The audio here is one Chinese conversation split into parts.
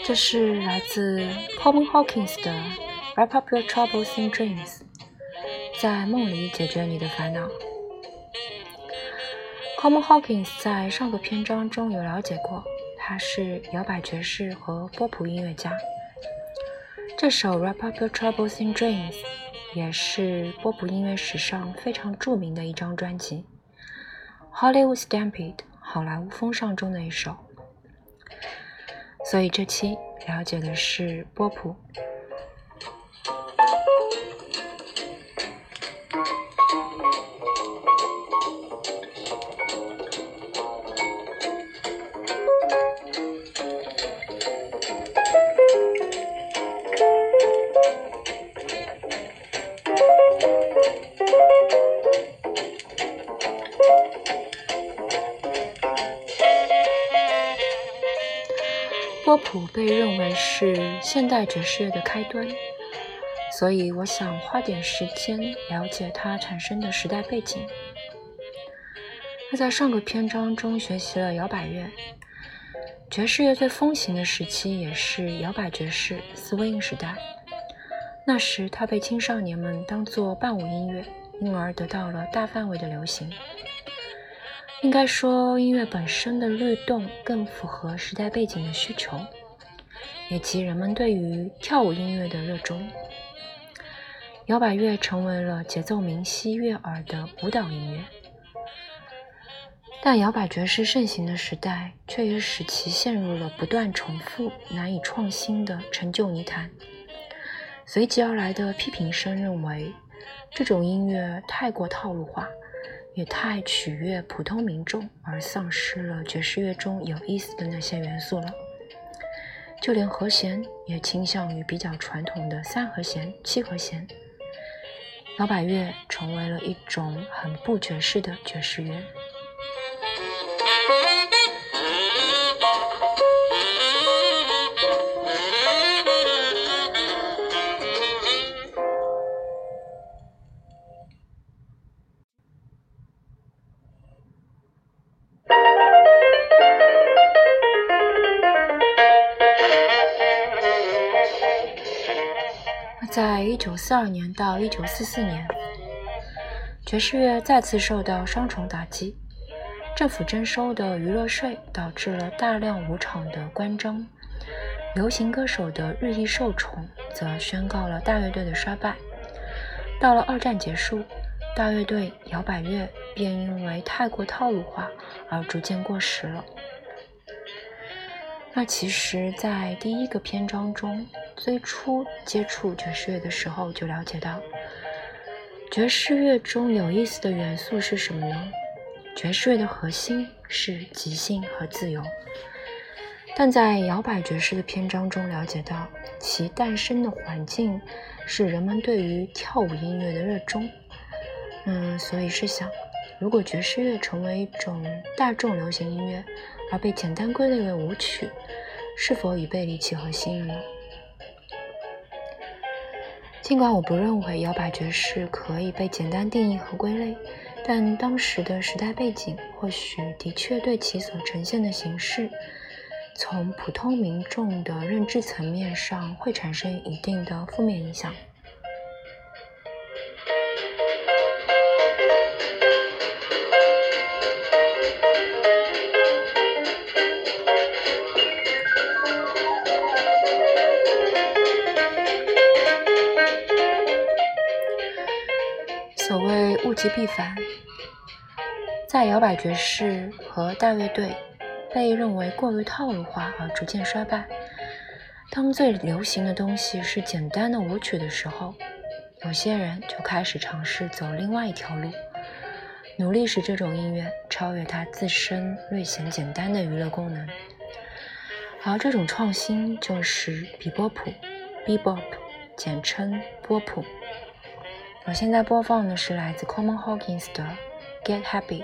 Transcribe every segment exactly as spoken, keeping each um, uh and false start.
这是来自 Coleman Hawkins 的 Wrap Up Your Troubles in Dreams， 在梦里解决你的烦恼。Coleman Hawkins 在上个篇章中有了解过，他是摇摆爵士和波普音乐家。这首 Wrap Up Your Troubles in Dreams 也是波普音乐史上非常著名的一张专辑， Hollywood Stampede 好莱坞风尚中的一首。所以这期了解的是波普。波普被认为是现代爵士乐的开端，所以我想花点时间了解它产生的时代背景。那在上个篇章中学习了摇摆乐，爵士乐最风行的时期也是摇摆爵士 swing 时代，那时它被青少年们当作伴舞音乐，因而得到了大范围的流行。应该说，音乐本身的律动更符合时代背景的需求，也即人们对于跳舞音乐的热衷。摇摆乐成为了节奏明晰悦耳的舞蹈音乐，但摇摆爵士盛行的时代却也使其陷入了不断重复、难以创新的陈旧泥潭。随即而来的批评声认为，这种音乐太过套路化，也太取悦普通民众，而丧失了爵士乐中有意思的那些元素了。就连和弦也倾向于比较传统的三和弦、七和弦。摇摆乐成为了一种很不爵士的爵士乐。在一九四二年到一九四四年，爵士乐再次受到双重打击。政府征收的娱乐税导致了大量舞场的关张，流行歌手的日益受宠则宣告了大乐队的衰败。到了二战结束，大乐队摇摆乐便因为太过套路化而逐渐过时了。那其实在第一个篇章中，最初接触爵士乐的时候就了解到，爵士乐中有意思的元素是什么呢？爵士乐的核心是即兴和自由，但在摇摆爵士的篇章中了解到，其诞生的环境是人们对于跳舞音乐的热衷。嗯，所以试想，如果爵士乐成为一种大众流行音乐，而被简单归类为舞曲，是否已被离其核心了呢？尽管我不认为摇摆爵士可以被简单定义和归类，但当时的时代背景或许的确对其所呈现的形式，从普通民众的认知层面上会产生一定的负面影响。所谓物极必反，在摇摆爵士和大乐队被认为过于套路化而逐渐衰败。当最流行的东西是简单的舞曲的时候，有些人就开始尝试走另外一条路，努力使这种音乐超越它自身略显简单的娱乐功能。而这种创新就是比波普 Bebop， 简称波普。我现在播放的是来自 Coleman Hawkins 的 Get Happy。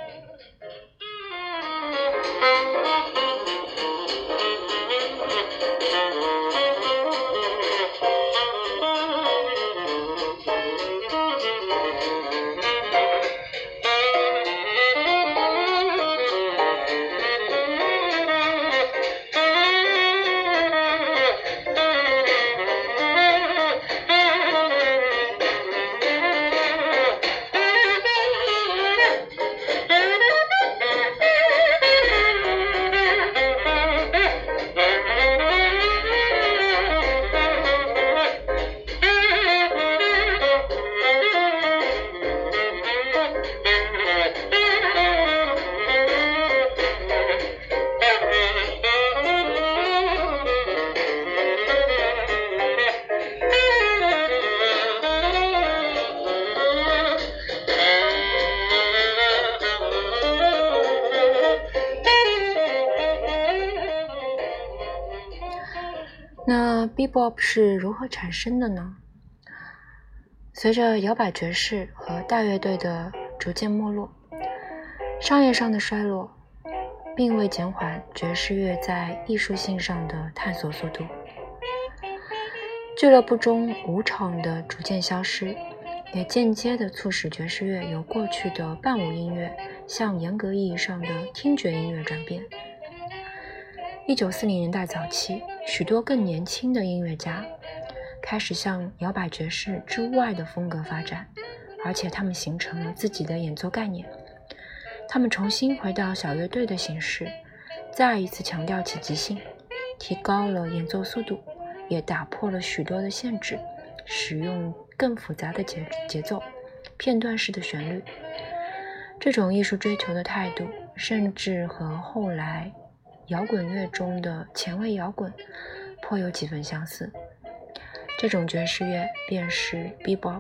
那 Bebop 是如何产生的呢？随着摇摆爵士和大乐队的逐渐没落，商业上的衰落并未减缓爵士乐在艺术性上的探索速度。俱乐部中舞场的逐渐消失，也间接地促使爵士乐由过去的伴舞音乐向严格意义上的听觉音乐转变。一九四零年代早期，许多更年轻的音乐家开始向摇摆爵士之外的风格发展，而且他们形成了自己的演奏概念。他们重新回到小乐队的形式，再一次强调其即兴，提高了演奏速度，也打破了许多的限制，使用更复杂的节节奏、片段式的旋律。这种艺术追求的态度，甚至和后来摇滚乐中的前卫摇滚颇有几分相似。这种爵士乐便是 Bebop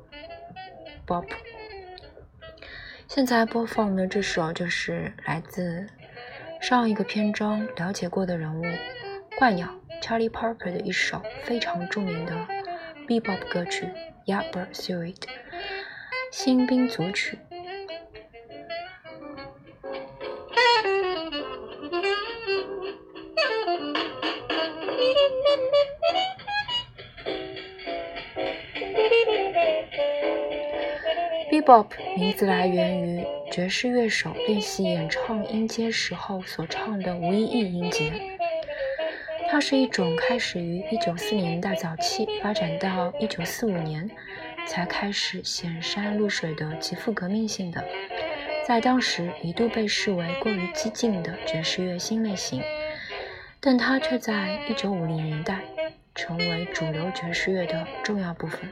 Bop。 现在播放的这首就是来自上一个篇章了解过的人物怪鸟 Charlie Parker 的一首非常著名的 Bebop 歌曲 Yardbird Suite 新兵组曲。Bebop 名字来源于爵士乐手练习演唱音阶时候所唱的无意义音节。它是一种开始于一九四零年代早期，发展到一九四五年才开始显山露水的极富革命性的，在当时一度被视为过于激进的爵士乐新类型，但它却在一九五零年代成为主流爵士乐的重要部分。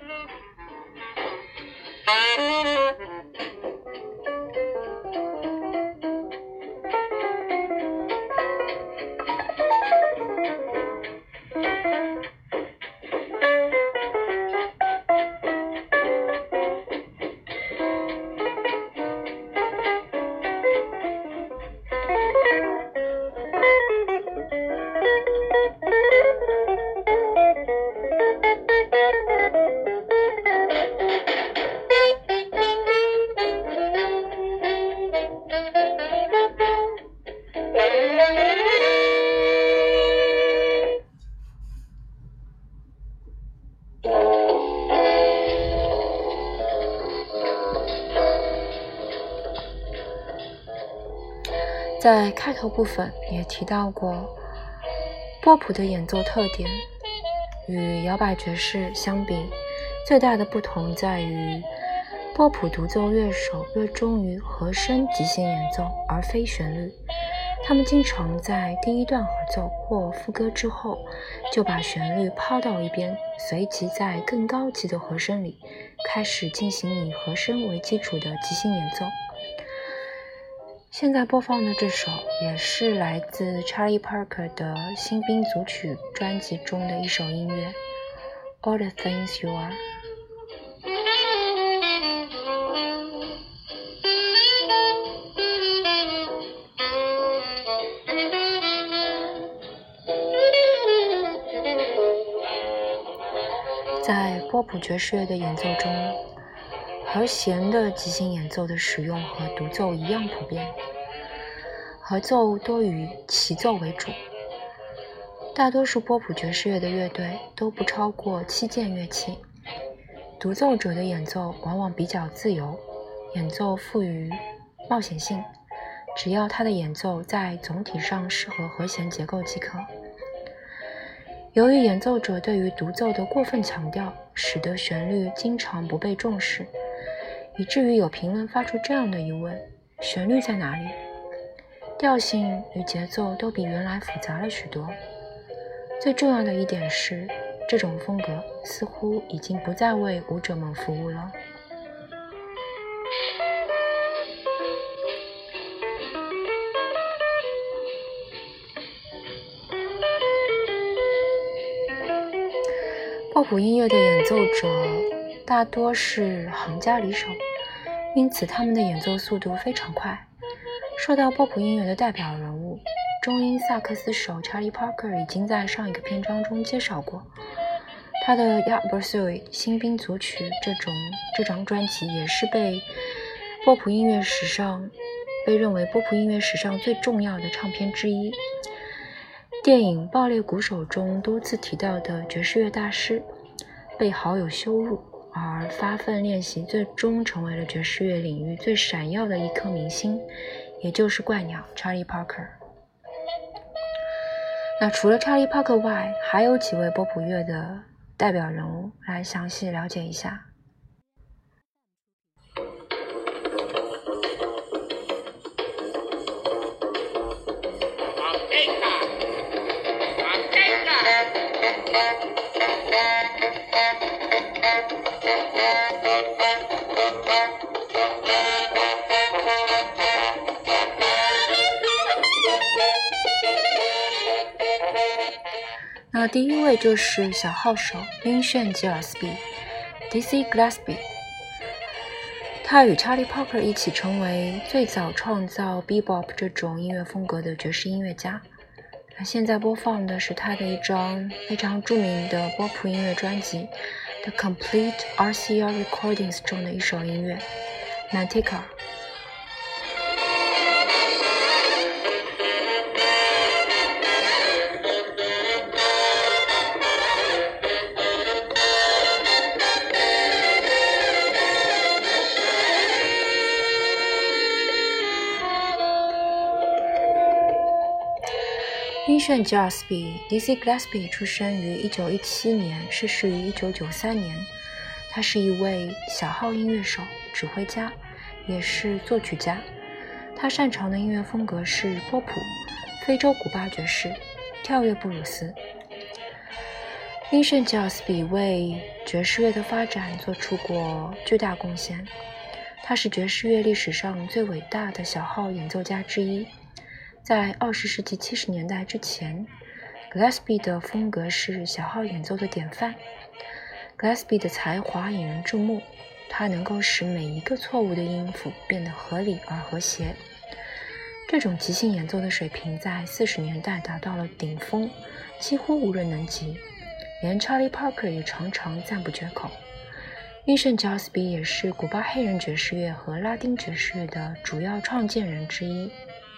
在开头部分也提到过，波普的演奏特点与摇摆爵士相比，最大的不同在于波普独奏乐手热衷于和声即兴演奏而非旋律，他们经常在第一段合奏或副歌之后就把旋律抛到一边，随即在更高级的和声里开始进行以和声为基础的即兴演奏。现在播放的这首也是来自 Charlie Parker 的新兵组曲专辑中的一首音乐 All the Things You Are。在波普爵士乐的演奏中，和弦的即兴演奏的使用和独奏一样普遍，合奏多以齐奏为主。大多数波普爵士乐的乐队都不超过七件乐器，独奏者的演奏往往比较自由，演奏富于冒险性，只要他的演奏在总体上适合和弦结构即可。由于演奏者对于独奏的过分强调，使得旋律经常不被重视，以至于有评论发出这样的疑问：旋律在哪里？调性与节奏都比原来复杂了许多。最重要的一点是，这种风格似乎已经不再为舞者们服务了。波普音乐的演奏者大多是行家里手，因此他们的演奏速度非常快。受到波普音乐的代表人物中音萨克斯手 Charlie Parker 已经在上一个篇章中介绍过。他的 Yardbirdsoi 新兵组曲这种这张专辑也是被波普音乐史上被认为波普音乐史上最重要的唱片之一。电影《爆裂鼓手》中多次提到的爵士乐大师被好友羞辱，而发奋练习，最终成为了爵士乐领域最闪耀的一颗明星，也就是怪鸟 Charlie Parker。那除了 Charlie Parker 外，还有几位波普乐的代表人物来详细了解一下。那第一位就是小号手 Vincent Gillespie，Dizzy Gillespie。他与 Charlie Parker 一起成为最早创造 Bebop 这种音乐风格的爵士音乐家。那现在播放的是他的一张非常著名的波普音乐专辑 The Complete R C R Recordings 中的一首音乐 Manteca。Vincent Gillespie，Dizzy Gillespie 出生于一九一七年，逝世于一九九三年。他是一位小号音乐手、指挥家，也是作曲家。他擅长的音乐风格是波普、非洲古巴爵士、跳跃布鲁斯。Vincent Gillespie 为爵士乐的发展做出过巨大贡献。他是爵士乐历史上最伟大的小号演奏家之一。在二十世纪七十年代之前 Gillespie 的风格是小号演奏的典范。Gillespie 的才华引人注目，他能够使每一个错误的音符变得合理而和谐。这种即兴演奏的水平在四十年代达到了顶峰，几乎无人能及，连 Charlie Parker 也常常赞不绝口。Vincent Gillespie 也是古巴黑人爵士乐和拉丁爵士乐的主要创建人之一。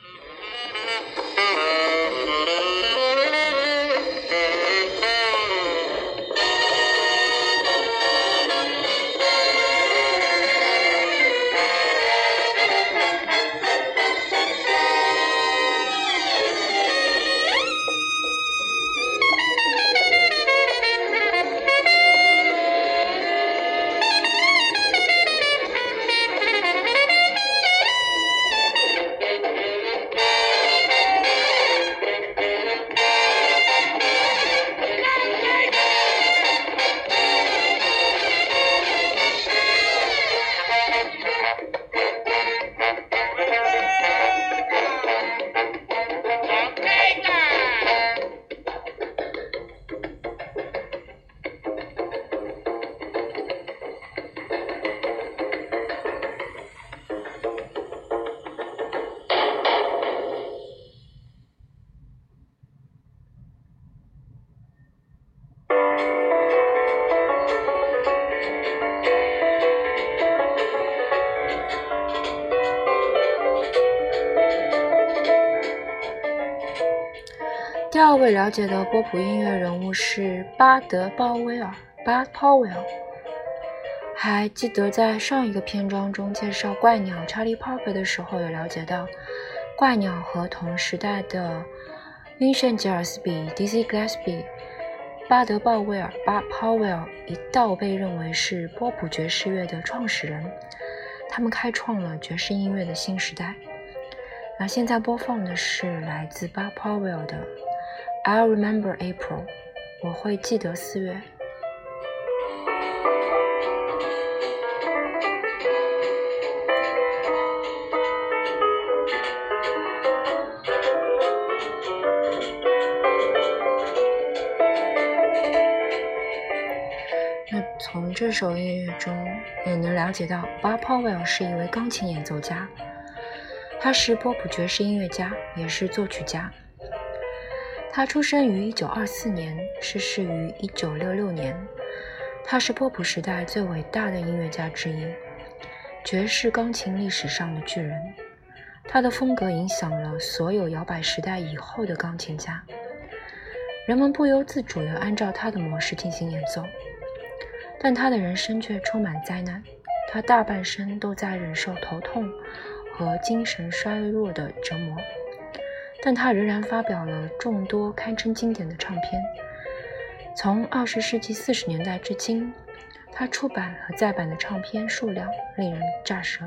第二位了解的波普音乐人物是巴德·鲍威尔 （Bud Powell）。还记得在上一个篇章中介绍怪鸟 Charlie Parker 的时候，有了解到怪鸟和同时代的 Vincent Gillespie、Dizzy Gillespie、巴德·鲍威尔 （Bud Powell） 一道被认为是波普爵士乐的创始人，他们开创了爵士音乐的新时代。那现在播放的是来自 Bud Powell 的I'll remember April， 我会记得四月。那从这首音乐中也能了解到 Bud Powell 是一位钢琴演奏家，他是波普爵士音乐家，也是作曲家。 他出生于一九二四年，逝世于一九六六年。他是波普时代最伟大的音乐家之一，爵士钢琴历史上的巨人。他的风格影响了所有摇摆时代以后的钢琴家，人们不由自主地按照他的模式进行演奏。但他的人生却充满灾难，他大半生都在忍受头痛和精神衰弱的折磨，但他仍然发表了众多堪称经典的唱片。从二十世纪四十年代至今，他出版和再版的唱片数量令人咋舌。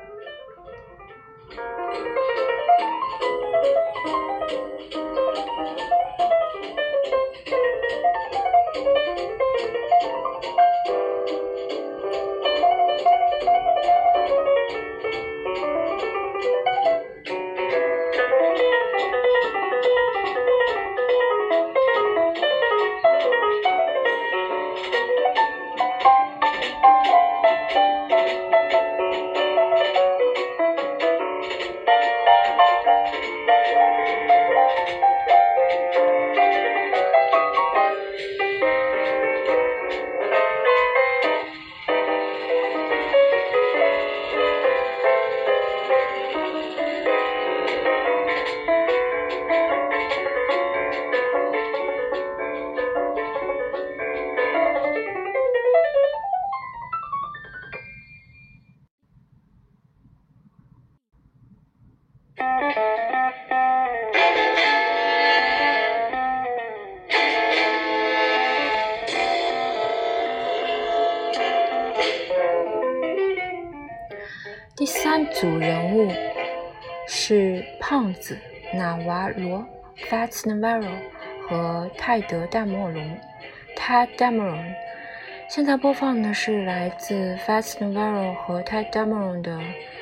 第三组人物是胖子纳瓦罗 Fats Navarro 和泰德·戴莫隆 Ted Dameron。 现在播放的是来自 Fats Navarro 和 Ted Dameron 的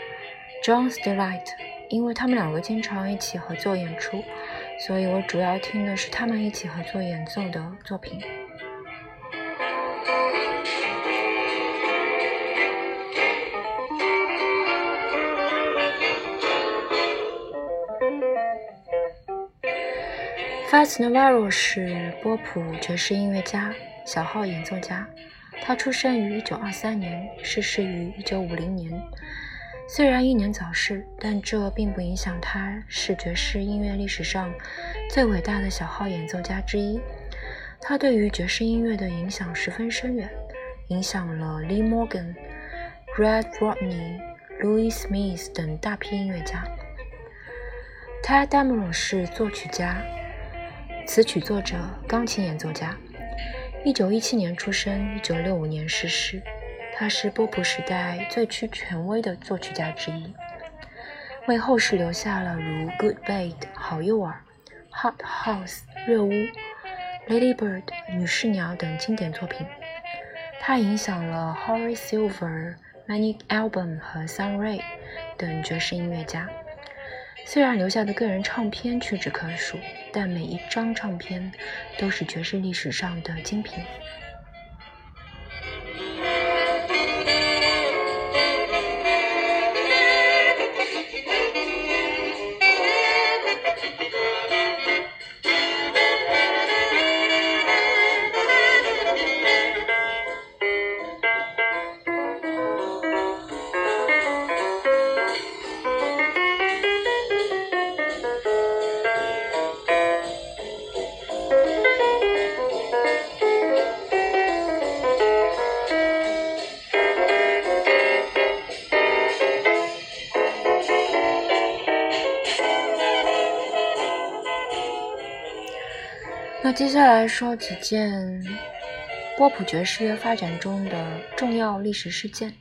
John's Delight。 因为他们两个经常一起合作演出，所以我主要听的是他们一起合作演奏的作品。Fats Navarro 是波普爵士音乐家、小号演奏家。他出生于一九二三年，逝世于一九五零年。虽然英年早逝，但这并不影响他是爵士音乐历史上最伟大的小号演奏家之一。他对于爵士音乐的影响十分深远，影响了 Lee Morgan、Red Rodney、Louis Smith 等大批音乐家。Ted Dameron 是作曲家、词曲作者、钢琴演奏家。一九一七年出生，一九六五年逝世。他是波普时代最具权威的作曲家之一，为后世留下了如 Good Bait 好诱饵、Hot House 热屋、Lady Bird 女士鸟等经典作品。他影响了 Horace Silver、Manny Albam 和 Sun Ra 等爵士音乐家。虽然留下的个人唱片屈指可数，但每一张唱片都是爵士历史上的精品。那接下来说几件波普爵士乐发展中的重要历史事件。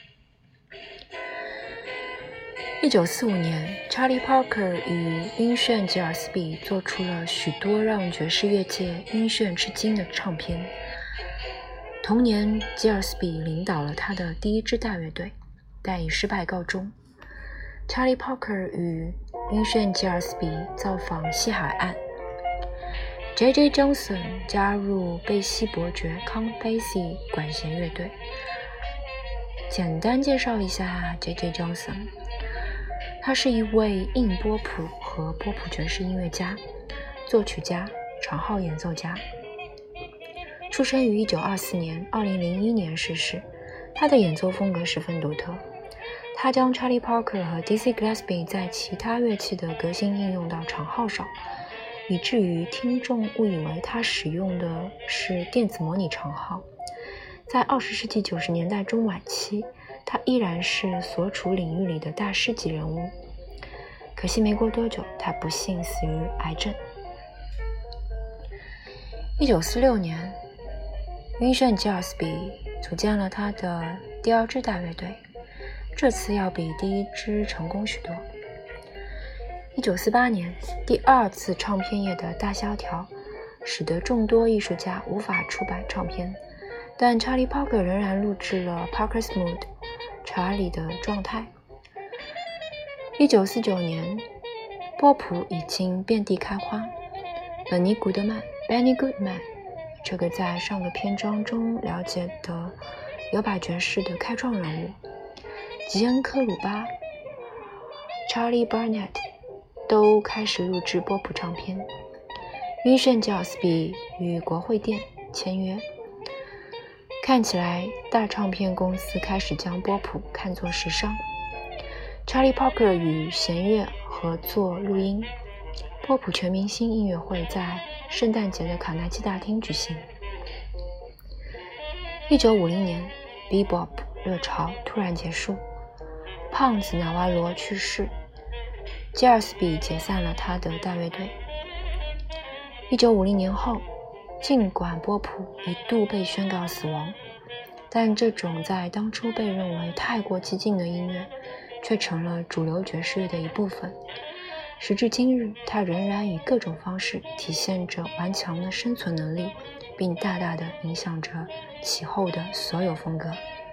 一九四五年 Charlie Parker 与晕眩吉尔斯比做出了许多让爵士乐界晕眩吃惊的唱片。同年吉尔斯比领导了他的第一支大乐队，但以失败告终。Charlie Parker 与晕眩吉尔斯比造访西海岸， J J Johnson 加入贝西伯爵 Count Basie 管弦乐队。简单介绍一下 J J Johnson， 他是一位硬波普和波普爵士音乐家、作曲家、 长号演奏家。出生于一九二四年，二零零一年逝世。他的演奏风格十分独特，他将 Charlie Parker 和 Dizzy Gillespie 在其他乐器的革新应用到长号上，以至于听众误以为他使用的是电子模拟长号。在二十世纪九十年代中晚期，他依然是所处领域里的大师级人物。可惜没过多久，他不幸死于癌症。一九四六年，Vincent Gillespie 组建了他的第二支大乐队，这次要比第一支成功许多。一九四八年，第二次唱片业的大萧条使得众多艺术家无法出版唱片，但 Charlie Parker 仍然录制了 Parker's Mood 查理的状态。一九四九年，波普已经遍地开花，本尼·古德曼 Benny Goodman 这个在上个篇章中了解的摇摆爵士的开创人物，吉恩·科鲁巴 Charlie Barnett 都开始录制波普唱片。Vincent Gillespie 与国会店签约，看起来大唱片公司开始将波普看作时尚。Charlie Parker 与弦乐合作录音，波普全明星音乐会在圣诞节的卡耐基大厅举行。一九五零年 Bebop 热潮突然结束，胖子纳瓦罗去世，吉尔斯比解散了他的大乐队。一九五零年后，尽管波普一度被宣告死亡，但这种在当初被认为太过激进的音乐却成了主流爵士乐的一部分。时至今日，它仍然以各种方式体现着顽强的生存能力，并大大地影响着其后的所有风格。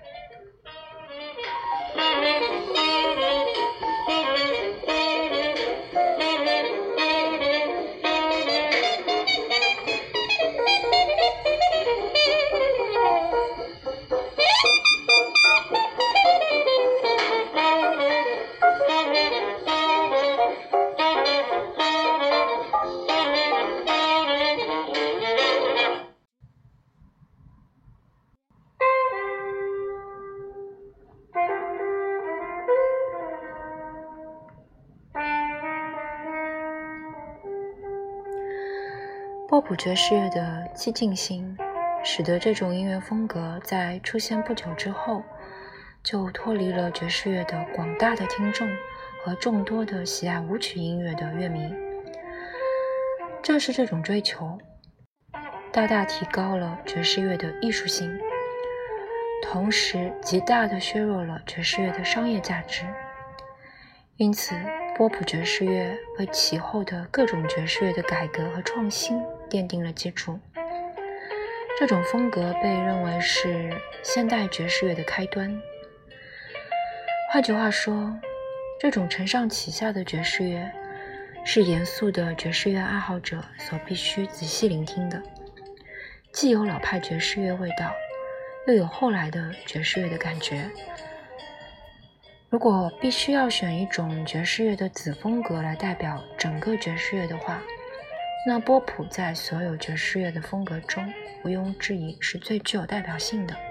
波普爵士乐的激进性使得这种音乐风格在出现不久之后就脱离了爵士乐的广大的听众和众多的喜爱舞曲音乐的乐迷。正是这种追求大大提高了爵士乐的艺术性，同时极大地削弱了爵士乐的商业价值。因此波普爵士乐为其后的各种爵士乐的改革和创新奠定了基础。这种风格被认为是现代爵士乐的开端。换句话说，这种承上启下的爵士乐是严肃的爵士乐爱好者所必须仔细聆听的，既有老派爵士乐味道，又有后来的爵士乐的感觉。如果必须要选一种爵士乐的子风格来代表整个爵士乐的话，那波普在所有爵士乐的风格中毋庸置疑是最具有代表性的。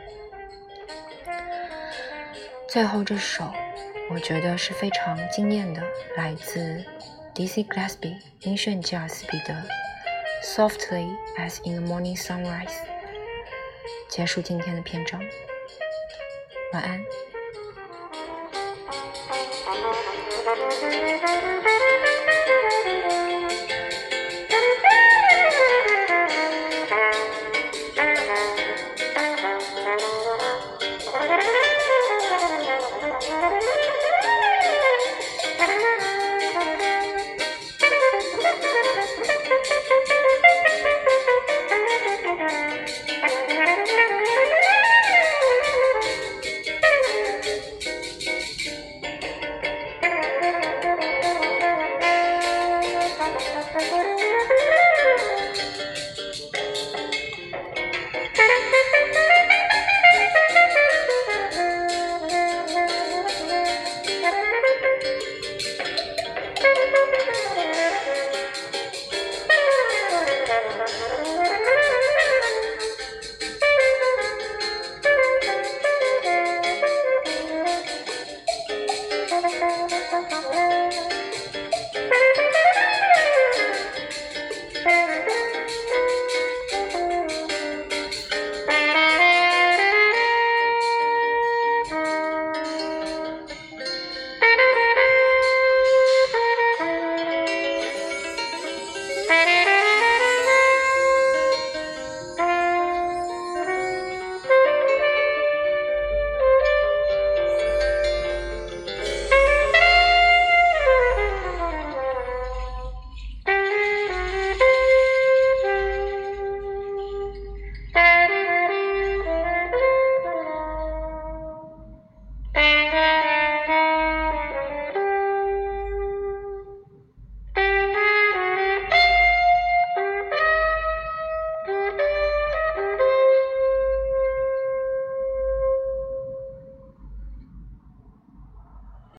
最后这首我觉得是非常惊艳的，来自 Dizzy Gillespie 音炫吉尔斯比的 Softly as in the morning sunrise， 结束今天的篇章，晚安。